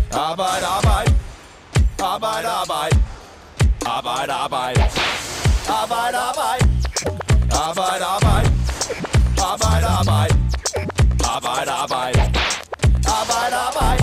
Arbejde, arbejde. Arbejde, arbejde. Arbejde, arbejde. Arbejde, arbejde. Arbejde, arbejde. Arbejde, arbejde. Arbejde, arbejde. Arbejde, arbejde.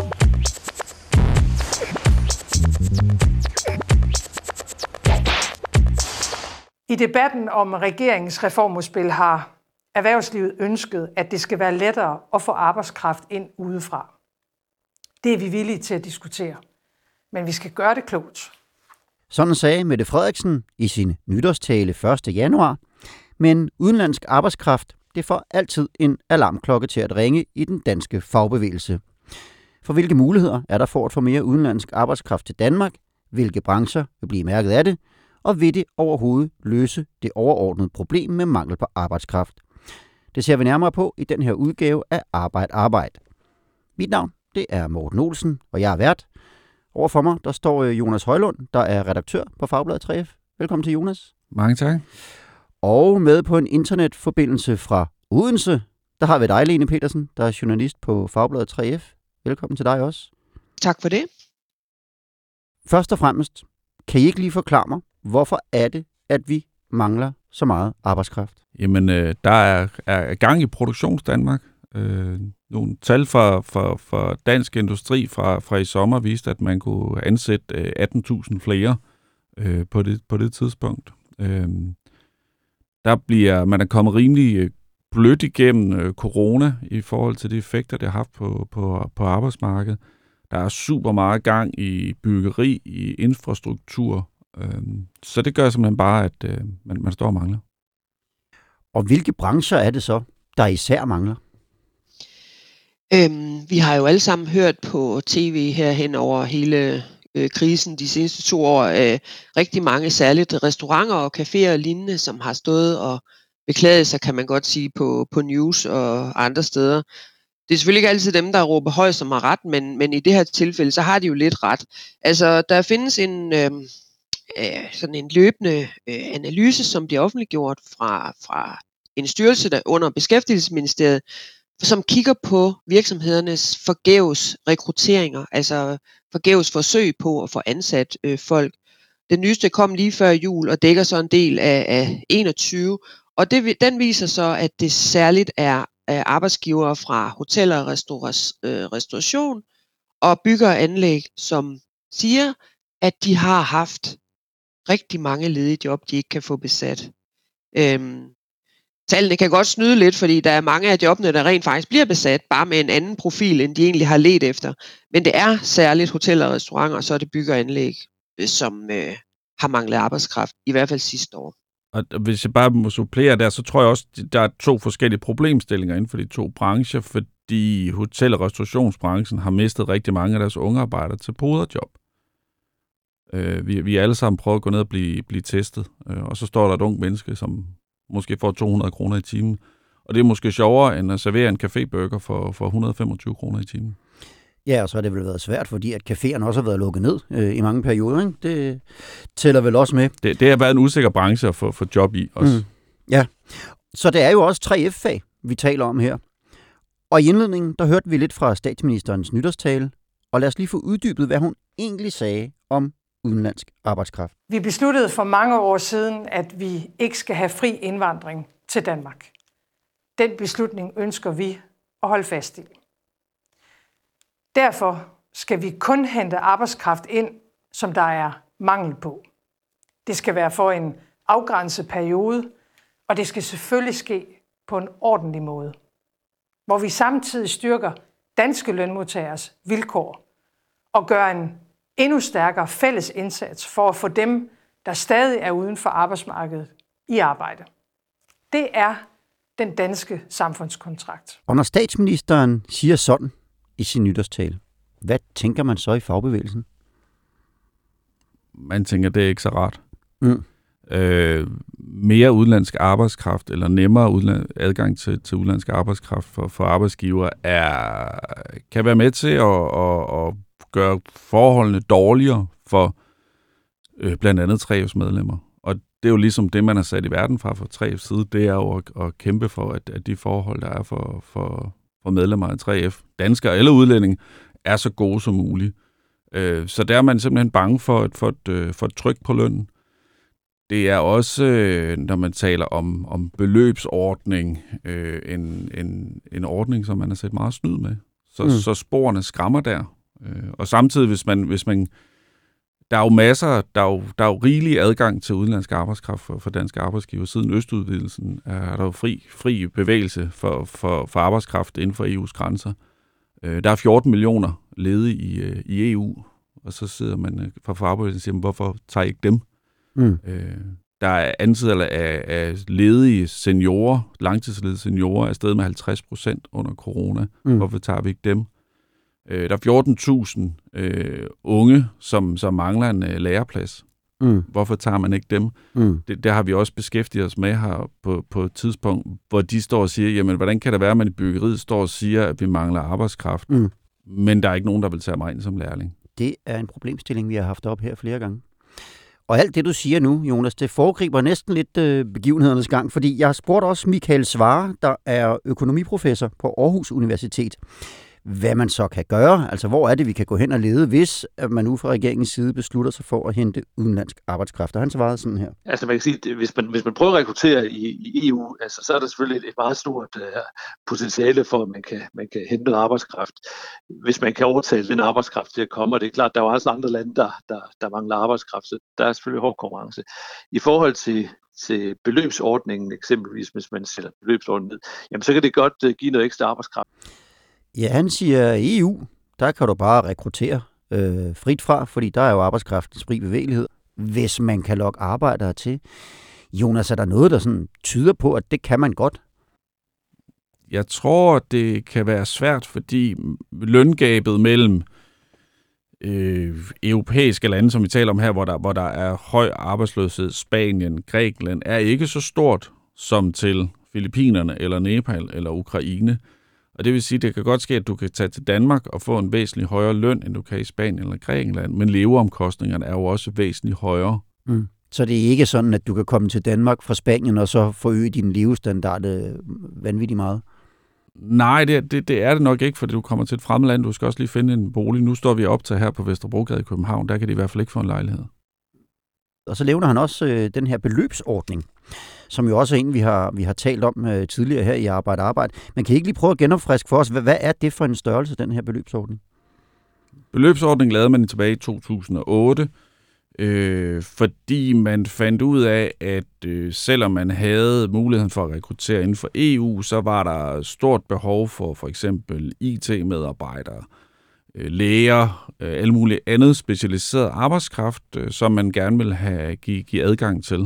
I debatten om regeringens reformudspil har erhvervslivet ønsket, at det skal være lettere at få arbejdskraft ind udefra. Det er vi villige til at diskutere, men vi skal gøre det klogt. Sådan sagde Mette Frederiksen i sin nytårstale 1. januar. Men udenlandsk arbejdskraft, det får altid en alarmklokke til at ringe i den danske fagbevægelse. For hvilke muligheder er der for at få mere udenlandsk arbejdskraft til Danmark? Hvilke brancher vil blive mærket af det? Og vil det overhovedet løse det overordnede problem med mangel på arbejdskraft? Det ser vi nærmere på i den her udgave af Arbejde. Mit navn, det er Morten Olsen, og jeg er vært. Overfor mig, der står Jonas Højlund, der er redaktør på Fagbladet 3F. Velkommen til, Jonas. Mange tak. Og med på en internetforbindelse fra Odense, der har vi dig, Lene Petersen, der er journalist på Fagbladet 3F. Velkommen til dig også. Tak for det. Først og fremmest, kan I ikke lige forklare mig, hvorfor er det, at vi mangler så meget arbejdskraft? Jamen, der er gang i Produktionsdanmark. Nogle tal fra Dansk Industri fra i sommer viste, at man kunne ansætte 18.000 flere på det tidspunkt. Man er kommet rimelig blødt igennem corona i forhold til de effekter, det har haft på arbejdsmarkedet. Der er super meget gang i byggeri, i infrastruktur, så det gør simpelthen bare, at man står og mangler. Og hvilke brancher er det så, der især mangler? Vi har jo alle sammen hørt på tv her hen over hele krisen de seneste 2 år, rigtig mange særligt restauranter og caféer og lignende, som har stået og beklaget sig, kan man godt sige, på news og andre steder. Det er selvfølgelig ikke altid dem, der råber højt, som har ret, men i det her tilfælde, så har de jo lidt ret. Altså, der findes sådan en løbende analyse, som bliver offentliggjort fra en styrelse der under Beskæftigelsesministeriet, som kigger på virksomhedernes forgæves rekrutteringer, altså forgæves forsøg på at få ansat folk. Den nyeste kom lige før jul og dækker så en del af 21, og den viser så, at det særligt er arbejdsgivere fra hoteller og restauration og bygger og anlæg, som siger, at de har haft rigtig mange ledige job, de ikke kan få besat. Tallene kan godt snyde lidt, fordi der er mange af jobbene, der rent faktisk bliver besat, bare med en anden profil, end de egentlig har ledt efter. Men det er særligt hoteller og restauranter, og så er det bygger og anlæg, som har manglet arbejdskraft, i hvert fald sidste år. Og hvis jeg bare må supplere der, så tror jeg også, der er 2 forskellige problemstillinger inden for de 2 brancher, fordi hotel- og restaurationsbranchen har mistet rigtig mange af deres unge arbejdere til poderjob. Vi alle sammen prøver at gå ned og blive testet, og så står der et ung menneske, som måske får 200 kroner i timen. Og det er måske sjovere, end at servere en caféburger for 125 kroner i timen. Ja, og så har det vel været svært, fordi at caféerne også har været lukket ned i mange perioder. Ikke? Det tæller vel også med. Det har været en usikker branche at få job i også. Ja, så det er jo også 3F-fag, vi taler om her. Og i indledningen, der hørte vi lidt fra statsministerens nytårstale, og lad os lige få uddybet, hvad hun egentlig sagde om udenlandsk arbejdskraft. Vi besluttede for mange år siden, at vi ikke skal have fri indvandring til Danmark. Den beslutning ønsker vi at holde fast i. Derfor skal vi kun hente arbejdskraft ind, som der er mangel på. Det skal være for en afgrænset periode, og det skal selvfølgelig ske på en ordentlig måde, hvor vi samtidig styrker danske lønmodtageres vilkår og gør en endnu stærkere fælles indsats for at få dem, der stadig er uden for arbejdsmarkedet, i arbejde. Det er den danske samfundskontrakt. Og når statsministeren siger sådan i sin nytårstale, hvad tænker man så i fagbevægelsen? Man tænker, det er ikke så rart. Mere udenlandsk arbejdskraft, eller nemmere adgang til udenlandsk arbejdskraft for arbejdsgiver, kan være med til at gøre forholdene dårligere for blandt andet 3F's medlemmer. Og det er jo ligesom det, man har sat i verden fra 3F's side, det er jo at kæmpe for, at de forhold, der er for medlemmer af 3F, danskere eller udlændinge, er så gode som muligt. Så der er man simpelthen bange for et tryk på lønnen. Det er også, når man taler om beløbsordning, en ordning, som man har set meget snyd med. Så sporene skræmmer der. Og samtidig, hvis man der er jo masser, der er jo rigelig adgang til udenlandsk arbejdskraft for danske arbejdsgiver. Siden østudvidelsen er der jo fri bevægelse for arbejdskraft inden for EU's grænser. Der er 14 millioner ledige i EU, og så sidder man fra fagbevægelsen og siger, hvorfor tager I ikke dem? Der er antallet af ledige seniorer, langtidsledige seniorer, er steget med 50% under corona. Hvorfor tager vi ikke dem? Der er 14.000 unge, som mangler en læreplads. Hvorfor tager man ikke dem? Det har vi også beskæftiget os med her på et tidspunkt, hvor de står og siger, jamen, hvordan kan det være, at man i byggeriet står og siger, at vi mangler arbejdskraft, men der er ikke nogen, der vil tage mig ind som lærling. Det er en problemstilling, vi har haft op her flere gange. Og alt det, du siger nu, Jonas, det foregriber næsten lidt begivenhedernes gang, fordi jeg har spurgt også Michael Svarer, der er økonomiprofessor på Aarhus Universitet, hvad man så kan gøre. Altså, hvor er det, vi kan gå hen og lede, hvis man nu fra regeringens side beslutter sig for at hente udenlandsk arbejdskraft? Og han svarede sådan her. Altså, man kan sige, at hvis man prøver at rekruttere i EU, altså, så er der selvfølgelig et meget stort potentiale for, at man kan hente noget arbejdskraft, hvis man kan overtale den arbejdskraft til at komme. Og det er klart, der er jo også andre lande, der mangler arbejdskraft, så der er selvfølgelig hård konkurrence. I forhold til beløbsordningen, eksempelvis, hvis man sætter beløbsordningen ned, jamen, så kan det godt give noget ekstra arbejdskraft. Ja, han siger, EU, der kan du bare rekruttere frit fra, fordi der er jo arbejdskraftens fri bevægelighed, hvis man kan lokke arbejdere til. Jonas, er der noget, der sådan tyder på, at det kan man godt? Jeg tror, det kan være svært, fordi løngabet mellem europæiske lande, som vi taler om her, hvor der er høj arbejdsløshed, Spanien, Grækenland, er ikke så stort som til Filippinerne, eller Nepal, eller Ukraine. Og det vil sige, at det kan godt ske, at du kan tage til Danmark og få en væsentlig højere løn, end du kan i Spanien eller Grækenland, men leveomkostningerne er jo også væsentligt højere. Så det er ikke sådan, at du kan komme til Danmark fra Spanien og så forøge din levestandard vanvittigt meget? Nej, det er det nok ikke, fordi du kommer til et fremmed land. Du skal også lige finde en bolig. Nu står vi optaget her på Vesterbrogade i København. Der kan de i hvert fald ikke få en lejlighed. Og så nævner han også den her beløbsordning, som jo også er en, vi har talt om tidligere her i Arbejde. Men kan I ikke lige prøve at genopfriske for os, hvad er det for en størrelse, den her beløbsordning? Beløbsordningen lavede man tilbage i 2008, fordi man fandt ud af, at selvom man havde muligheden for at rekruttere inden for EU, så var der stort behov for eksempel IT-medarbejdere, læger, alle mulige andet specialiseret arbejdskraft, som man gerne vil give adgang til.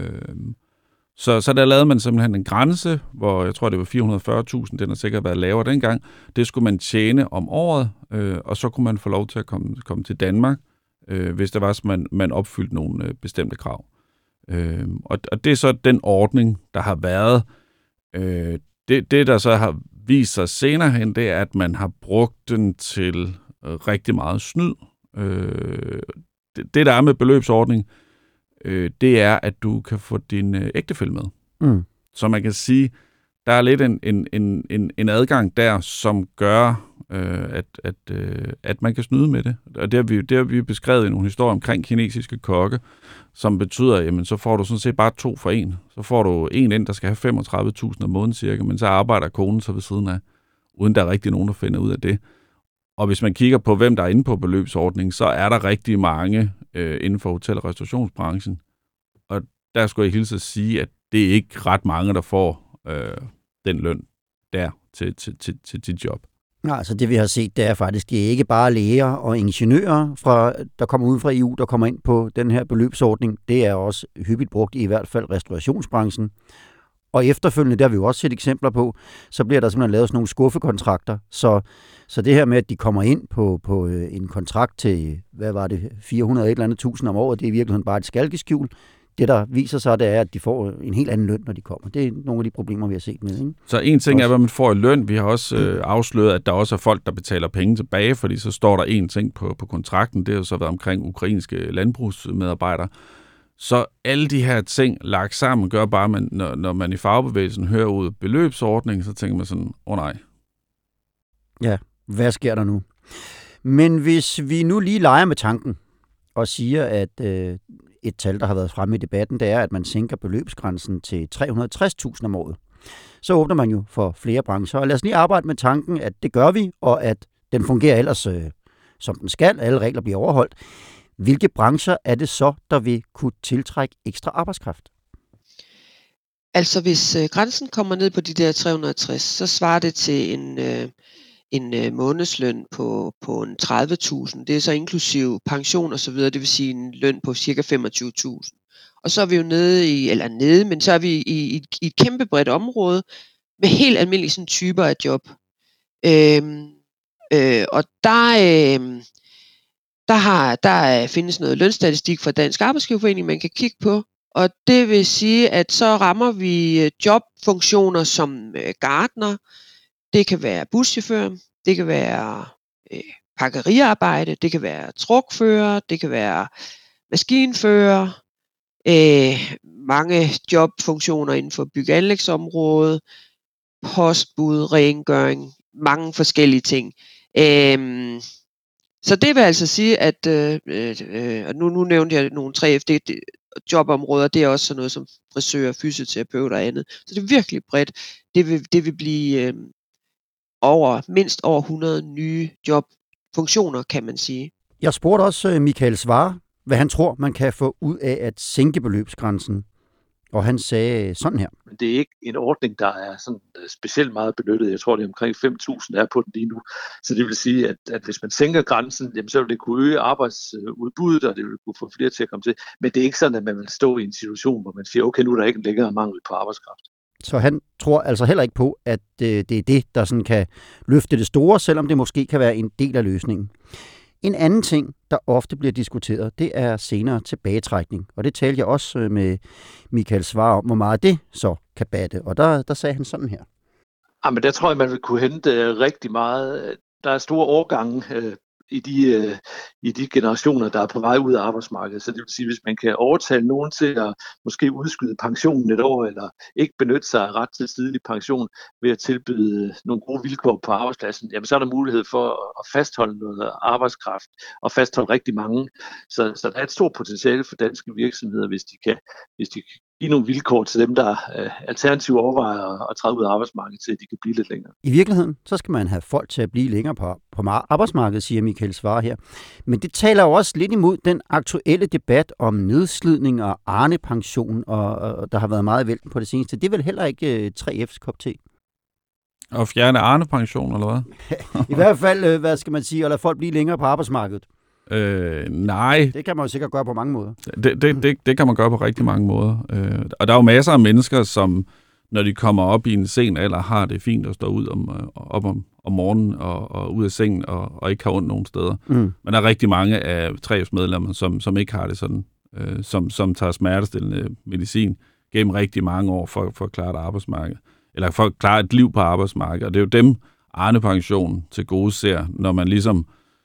Så der lavede man simpelthen en grænse, hvor jeg tror, det var 440.000, den har sikkert været lavere dengang. Det skulle man tjene om året, og så kunne man få lov til at komme til Danmark, hvis der var, man opfyldte nogle bestemte krav. Og det er så den ordning, der har været. Det, der så har vist sig senere hen, det er, at man har brugt den til rigtig meget snyd. Det, der er med beløbsordning, det er, at du kan få din ægtefælle med. Så man kan sige, der er lidt en adgang der, som gør, at man kan snyde med det. Og det har vi beskrevet i nogle historier omkring kinesiske kokke, som betyder, jamen så får du sådan set bare 2 for 1. Så får du en ind, der skal have 35.000 om måneden cirka, men så arbejder konen så ved siden af, uden der er rigtig nogen, der finder ud af det. Og hvis man kigger på, hvem der er inde på beløbsordningen, så er der rigtig mange inden for hotel- og restaurationsbranchen. Og der skulle jeg hilse at sige, at det er ikke ret mange, der får den løn der til dit job. Ja, altså det vi har set, det er faktisk, det er ikke bare læger og ingeniører, der kommer ud fra EU, der kommer ind på den her beløbsordning. Det er også hyppigt brugt i hvert fald restaurationsbranchen. Og efterfølgende, der har vi jo også set eksempler på, så bliver der simpelthen lavet sådan nogle skuffekontrakter. Så det her med, at de kommer ind på en kontrakt til, 400.000 om året, det er i virkeligheden bare et skalkeskjul. Det, der viser sig, det er, at de får en helt anden løn, når de kommer. Det er nogle af de problemer, vi har set med. Ikke? Så en ting er, hvad man får i løn. Vi har også afsløret, at der også er folk, der betaler penge tilbage, fordi så står der en ting på kontrakten. Det har jo så været omkring ukrainske landbrugsmedarbejdere. Så alle de her ting lagt sammen gør bare, at når man i fagbevægelsen hører ud beløbsordning, så tænker man sådan, nej. Ja, hvad sker der nu? Men hvis vi nu lige leger med tanken og siger, at et tal, der har været fremme i debatten, det er, at man sænker beløbsgrænsen til 360.000 om året, så åbner man jo for flere brancher. Og lad os lige arbejde med tanken, at det gør vi, og at den fungerer ellers som den skal, alle regler bliver overholdt. Hvilke brancher er det så, der vil kunne tiltrække ekstra arbejdskraft? Altså hvis grænsen kommer ned på de der 360, så svarer det til en månedsløn på en 30.000. Det er så inklusiv pension og så videre, det vil sige en løn på cirka 25.000. Og så er vi jo men så er vi i et kæmpe bredt område med helt almindelige sådan, typer af job. Og der findes noget lønstatistik fra Dansk Arbejdsgiverforening, man kan kigge på. Og det vil sige, at så rammer vi jobfunktioner som gartner, det kan være buschauffør, det kan være pakkeriarbejde, det kan være trukfører, det kan være maskinfører, mange jobfunktioner inden for bygge- og anlægsområdet, postbud, rengøring, mange forskellige ting. Så det vil altså sige, at nu nævnte jeg nogle 3F jobområder, det er også sådan noget som frisører, fysioterapeuter og andet. Så det er virkelig bredt. Det vil blive mindst over 100 nye jobfunktioner, kan man sige. Jeg spurgte også Michael Svarer, hvad han tror, man kan få ud af at sænke beløbsgrænsen. Og han sagde sådan her. Men det er ikke en ordning, der er sådan specielt meget benyttet. Jeg tror, det er omkring 5.000, der er på den lige nu. Så det vil sige, at hvis man sænker grænsen, jamen, så vil det kunne øge arbejdsudbuddet, og det vil kunne få flere til at komme til. Men det er ikke sådan, at man vil stå i en situation, hvor man siger, okay, nu er der ikke længere mangel på arbejdskraft. Så han tror altså heller ikke på, at det er det, der sådan kan løfte det store, selvom det måske kan være en del af løsningen. En anden ting, der ofte bliver diskuteret, det er senere tilbagetrækning. Og det talte jeg også med Michael Svarer om, hvor meget det så kan batte. Og der sagde han sådan her. Men der tror jeg, man vil kunne hente rigtig meget. Der er store årgange i de generationer, der er på vej ud af arbejdsmarkedet. Så det vil sige, hvis man kan overtale nogen til at måske udskyde pensionen et år, eller ikke benytte sig af ret til tidlig pension ved at tilbyde nogle gode vilkår på arbejdspladsen, jamen så er der mulighed for at fastholde noget arbejdskraft og fastholde rigtig mange. Så der er et stort potentiale for danske virksomheder, hvis de kan give nogle vilkår til dem, der alternativt overvejer at træde ud af arbejdsmarkedet, til at de kan blive lidt længere. I virkeligheden, så skal man have folk til at blive længere på arbejdsmarkedet, siger Michael Svarer her. Men det taler jo også lidt imod den aktuelle debat om nedslidning og Arne-pension, og der har været meget i vælten på det seneste. Det er vel heller ikke 3F's kop te? Og fjerne Arne-pension, eller hvad? I hvert fald, hvad skal man sige, at lade folk blive længere på arbejdsmarkedet. Nej. Det kan man jo sikkert gøre på mange måder. Det kan man gøre på rigtig mange måder. Og der er jo masser af mennesker, som når de kommer op i en sen alder, har det fint at stå ud om morgenen og ud af sengen og ikke har ondt nogen steder. Mm. Men der er rigtig mange af 3F's medlemmer, som ikke har det sådan, som tager smertestillende medicin gennem rigtig mange år for at klare et arbejdsmarked. Eller for at klare et liv på arbejdsmarkedet. Og det er jo dem, Arne-pensionen til gode ser, når man ligesom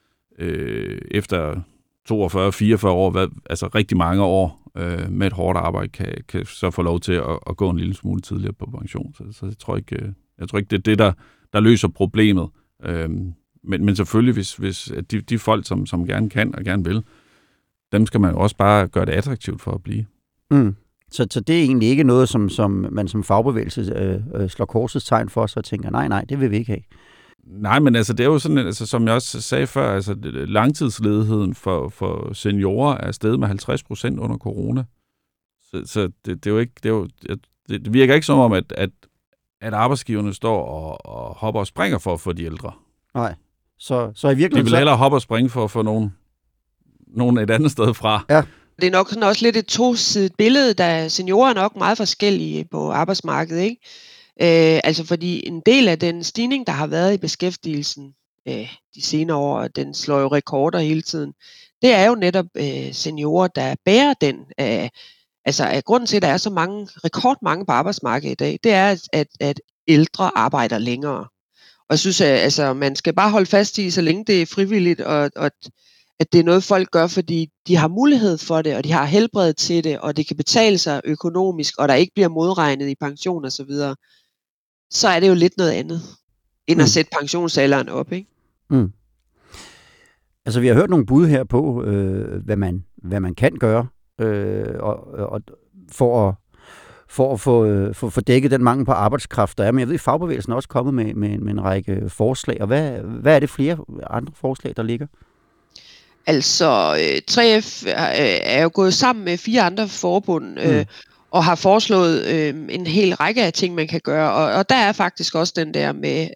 efter 42-44 år, altså rigtig mange år med et hårdt arbejde, kan så få lov til at gå en lille smule tidligere på pension. Så jeg tror ikke, det er det, der løser problemet. Men selvfølgelig, hvis de folk, som gerne kan og gerne vil, dem skal man jo også bare gøre det attraktivt for at blive. Mm. Så det er egentlig ikke noget, som man som fagbevægelse slår korsets tegn for, så tænker, nej, det vil vi ikke have. Nej, men altså, det er jo sådan, altså, som jeg også sagde før, altså, langtidsledigheden for seniorer er steget med 50% under corona. Så det er jo ikke, det virker ikke som om, at arbejdsgiverne står og hopper og springer for at få de ældre. Nej, så i virkeligheden... De vil hellere hoppe og springe for at få nogen et andet sted fra. Ja. Det er nok sådan også lidt et tosidigt billede, da seniorer er nok meget forskellige på arbejdsmarkedet, ikke? Altså fordi en del af den stigning, der har været i beskæftigelsen de senere år, den slår jo rekorder hele tiden, det er jo netop seniorer, der bærer den. Altså grunden til, at der er så rekordmange på arbejdsmarkedet i dag, det er, at ældre arbejder længere. Og jeg synes, at man skal bare holde fast i, så længe det er frivilligt, og at det er noget, folk gør, fordi de har mulighed for det, og de har helbred til det, og det kan betale sig økonomisk, og der ikke bliver modregnet i pension og så videre, så er det jo lidt noget andet, end at sætte pensionsalderen op, ikke? Mm. Altså, vi har hørt nogle bud her på, hvad man kan gøre og for at få dækket den mangel på arbejdskraft, der er. Men jeg ved, at fagbevægelsen er også kommet med en række forslag. Og hvad er det flere andre forslag, der ligger? Altså, 3F er jo gået sammen med 4 andre forbund og har foreslået en hel række af ting, man kan gøre. Og der er faktisk også den der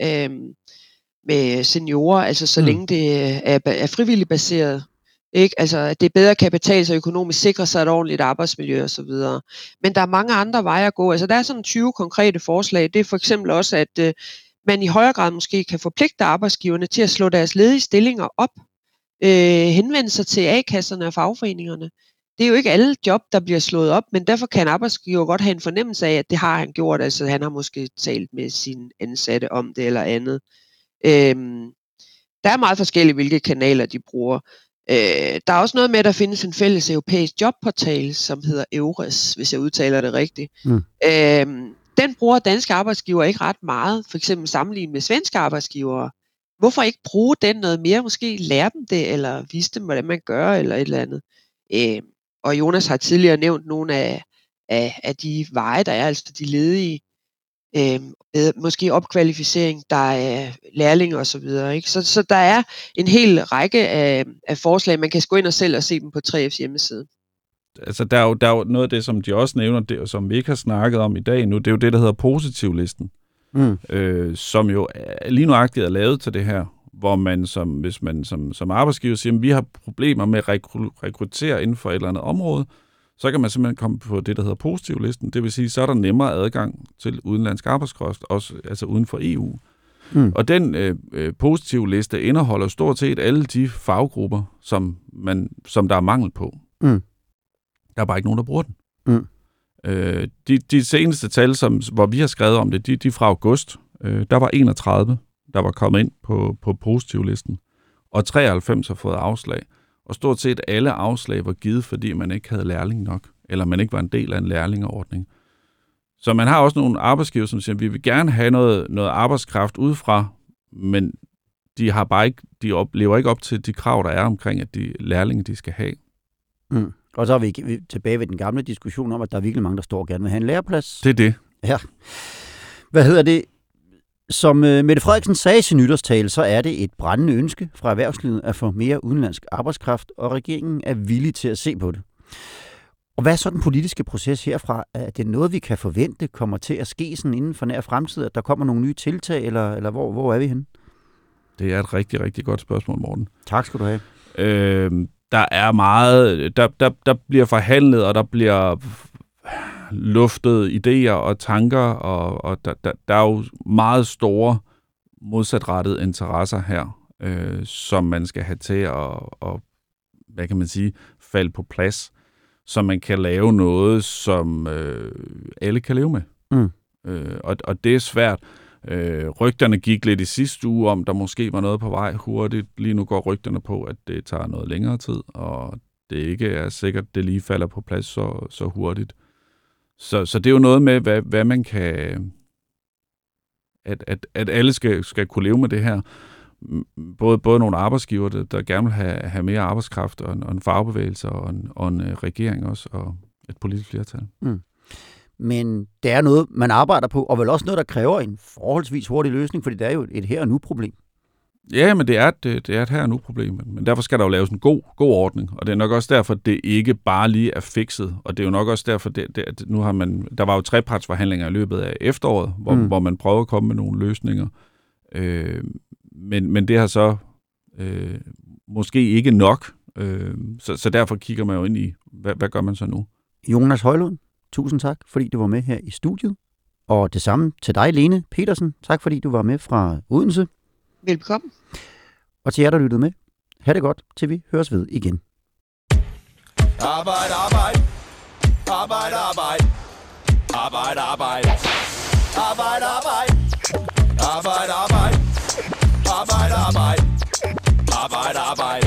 med seniorer, altså så længe det er frivilligt baseret. Ikke? Altså, at det bedre kan betale sig økonomisk, sikre sig et ordentligt arbejdsmiljø og så videre. Men der er mange andre veje at gå. Altså, der er sådan 20 konkrete forslag. Det er for eksempel også, at man i højere grad måske kan forpligte arbejdsgiverne til at slå deres ledige stillinger op, henvende sig til A-kasserne og fagforeningerne. Det er jo ikke alle job, der bliver slået op, men derfor kan en arbejdsgiver godt have en fornemmelse af, at det har han gjort. Altså, han har måske talt med sine ansatte om det eller andet. Der er meget forskellige, hvilke kanaler de bruger. Der er også noget med, at der findes en fælles europæisk jobportal, som hedder EURES, hvis jeg udtaler det rigtigt. Den bruger danske arbejdsgivere ikke ret meget, for eksempel sammenlignet med svenske arbejdsgivere. Hvorfor ikke bruge den noget mere? Måske lære dem det, eller vise dem, hvordan man gør, eller et eller andet. Og Jonas har tidligere nævnt nogle af de veje, der er, altså de ledige. Måske opkvalificering, der er lærlinge og så videre. Ikke? Så der er en hel række af forslag. Man kan gå ind og selv og se dem på 3F's hjemmeside. Altså, der er jo noget af det, som de også nævner, det, som vi ikke har snakket om i dag nu, det er jo det, der hedder positivlisten, som jo lige nuagtigt er lavet til det her, hvor man hvis man som arbejdsgiver siger, at vi har problemer med at rekruttere inden for et eller andet område, så kan man simpelthen komme på det, der hedder positivlisten. Det vil sige, så er der nemmere adgang til udenlandsk arbejdskraft, også altså uden for EU. Og den positivliste indeholder stort set alle de faggrupper, som der er mangel på. Der er bare ikke nogen, der bruger den. De seneste tal, hvor vi har skrevet om det, de fra august, der var 31, der var kommet ind på positivlisten, og 93 har fået afslag. Og stort set alle afslag var givet, fordi man ikke havde lærling nok, eller man ikke var en del af en lærlingeordning. Så man har også nogle arbejdsgiver, som siger, at vi vil gerne have noget arbejdskraft udefra, men de lever ikke op til de krav, der er omkring, at de lærlinge, de skal have. Og så er vi tilbage ved den gamle diskussion om, at der er virkelig mange, der står og gerne vil have en læreplads. Det er det. Ja. Hvad hedder det? Som Mette Frederiksen sagde i sin nytårstale, så er det et brændende ønske fra erhvervslivet at få mere udenlandsk arbejdskraft, og regeringen er villig til at se på det. Og hvad er så den politiske proces herfra? Er det noget, vi kan forvente kommer til at ske sådan inden for nær fremtid, at der kommer nogle nye tiltag, eller hvor er vi henne? Det er et rigtig, rigtig godt spørgsmål, Morten. Tak skal du have. Der er meget, der bliver forhandlet, og der bliver luftet idéer og tanker, og der er jo meget store modsatrettede interesser her, som man skal have til at hvad kan man sige, falde på plads, så man kan lave noget, som alle kan leve med. Og det er svært. Rygterne gik lidt i sidste uge om, der måske var noget på vej hurtigt. Lige nu går rygterne på, at det tager noget længere tid, og det ikke er sikkert, at det lige falder på plads så hurtigt. Så det er jo noget med, hvad man kan... At alle skal kunne leve med det her. Både nogle arbejdsgiver, der gerne vil have mere arbejdskraft, og en fagbevægelse, og en regering også, og et politisk flertal. Men det er noget, man arbejder på, og vel også noget, der kræver en forholdsvis hurtig løsning, fordi det er jo et her og nu-problem. Ja, men det er et her og nu-problem, men derfor skal der jo laves en god ordning, og det er nok også derfor, at det ikke bare lige er fikset, og det er jo nok også derfor, at nu har der var jo trepartsforhandlinger i løbet af efteråret, hvor man prøver at komme med nogle løsninger, men det har så måske ikke nok, så derfor kigger man jo ind i, hvad gør man så nu? Jonas Højlund, tusind tak, fordi du var med her i studiet, og det samme til dig, Lene Petersen. Tak, fordi du var med fra Odense. Velbekomme. Og til jer, der lyttede med, ha' det godt, til vi høres ved igen. Arbejde, arbejde. Arbejde, arbejde. Arbejde, arbejde. Arbejde, arbejde. Arbejde, arbejde. Arbejde, arbejde. Arbejde, arbejde.